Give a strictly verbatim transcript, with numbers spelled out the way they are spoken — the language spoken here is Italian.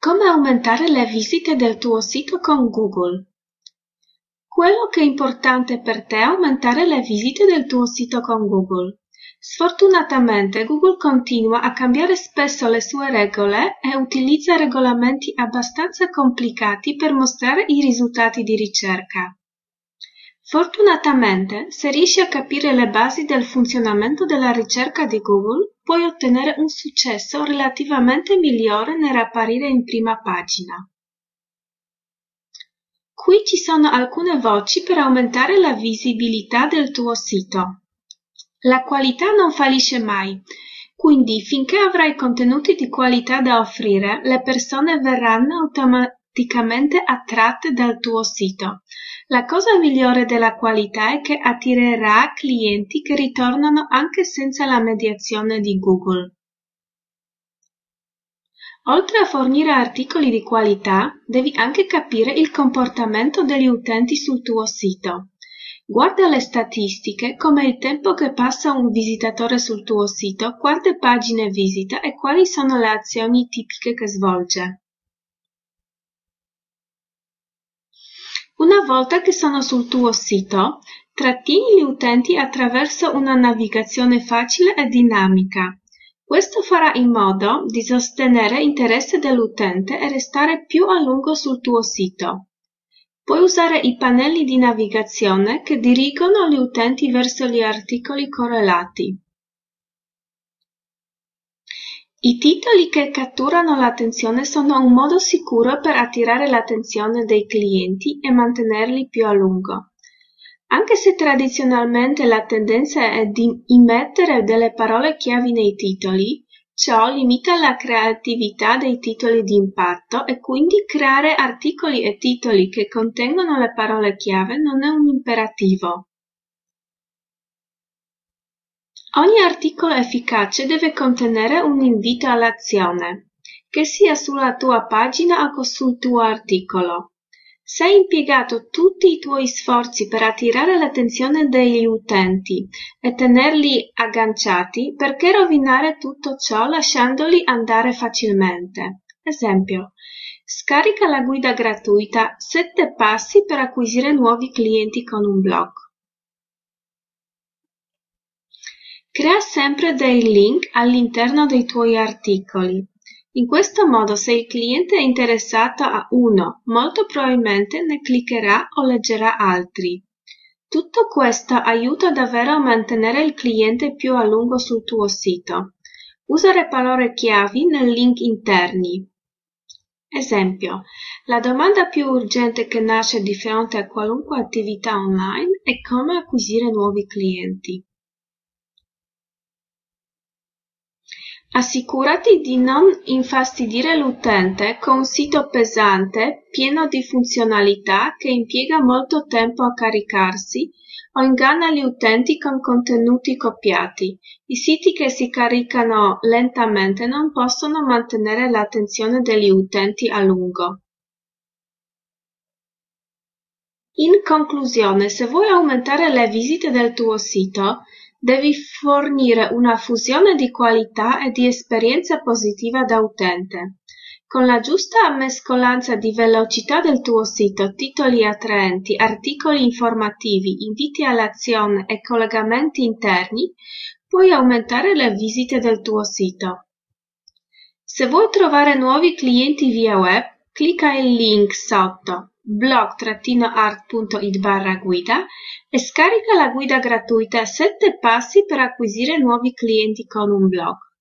Come aumentare le visite del tuo sito con Google? Quello che è importante per te è aumentare le visite del tuo sito con Google. Sfortunatamente Google continua a cambiare spesso le sue regole e utilizza regolamenti abbastanza complicati per mostrare i risultati di ricerca. Fortunatamente, se riesci a capire le basi del funzionamento della ricerca di Google, puoi ottenere un successo relativamente migliore nell'apparire in prima pagina. Qui ci sono alcune voci per aumentare la visibilità del tuo sito. La qualità non fallisce mai, quindi finché avrai contenuti di qualità da offrire, le persone verranno automaticamente attratte dal tuo sito. La cosa migliore della qualità è che attirerà clienti che ritornano anche senza la mediazione di Google. Oltre a fornire articoli di qualità, devi anche capire il comportamento degli utenti sul tuo sito. Guarda le statistiche, come il tempo che passa un visitatore sul tuo sito, quante pagine visita e quali sono le azioni tipiche che svolge. Una volta che sono sul tuo sito, trattieni gli utenti attraverso una navigazione facile e dinamica. Questo farà in modo di sostenere l'interesse dell'utente e restare più a lungo sul tuo sito. Puoi usare i pannelli di navigazione che dirigono gli utenti verso gli articoli correlati. I titoli che catturano l'attenzione sono un modo sicuro per attirare l'attenzione dei clienti e mantenerli più a lungo. Anche se tradizionalmente la tendenza è di immettere delle parole chiavi nei titoli, ciò limita la creatività dei titoli di impatto e quindi creare articoli e titoli che contengono le parole chiave non è un imperativo. Ogni articolo efficace deve contenere un invito all'azione, che sia sulla tua pagina o sul tuo articolo. Se hai impiegato tutti i tuoi sforzi per attirare l'attenzione degli utenti e tenerli agganciati, perché rovinare tutto ciò lasciandoli andare facilmente? Esempio, scarica la guida gratuita sette passi per acquisire nuovi clienti con un blog. Crea sempre dei link all'interno dei tuoi articoli. In questo modo, se il cliente è interessato a uno, molto probabilmente ne cliccherà o leggerà altri. Tutto questo aiuta davvero a mantenere il cliente più a lungo sul tuo sito. Usa le parole chiavi nei link interni. Esempio, la domanda più urgente che nasce di fronte a qualunque attività online è come acquisire nuovi clienti. Assicurati di non infastidire l'utente con un sito pesante, pieno di funzionalità che impiega molto tempo a caricarsi o inganna gli utenti con contenuti copiati. I siti che si caricano lentamente non possono mantenere l'attenzione degli utenti a lungo. In conclusione, se vuoi aumentare le visite del tuo sito, devi fornire una fusione di qualità e di esperienza positiva da utente. Con la giusta mescolanza di velocità del tuo sito, titoli attraenti, articoli informativi, inviti all'azione e collegamenti interni, puoi aumentare le visite del tuo sito. Se vuoi trovare nuovi clienti via web, clicca il link sotto blog trattino art punto it barra guida e scarica la guida gratuita sette passi per acquisire nuovi clienti con un blog.